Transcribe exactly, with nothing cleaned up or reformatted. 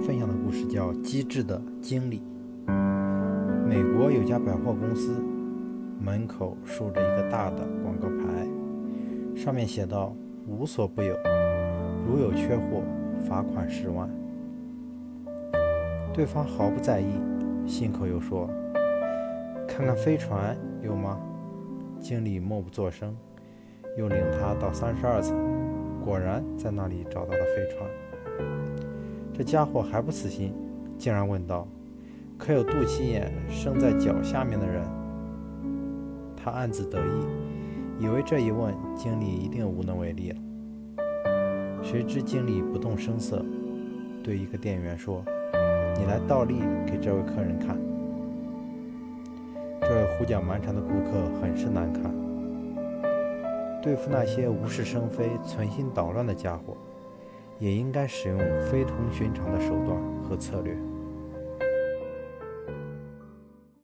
分享的故事叫《机智的经理》。美国有家百货公司，门口竖着一个大的广告牌，上面写道：无所不有，如有缺货，罚款十万。对方毫不在意，信口又说：看看飞船有吗？经理默不作声，又领他到三十二层，果然在那里找到了飞船。这家伙还不死心，竟然问道：可有肚脐眼生在脚下面的人？他暗自得意，以为这一问经理一定无能为力了。谁知经理不动声色，对一个店员说：你来倒立给这位客人看。这位胡搅蛮缠的顾客很是难看。对付那些无事生非、存心捣乱的家伙，也应该使用非同寻常的手段和策略。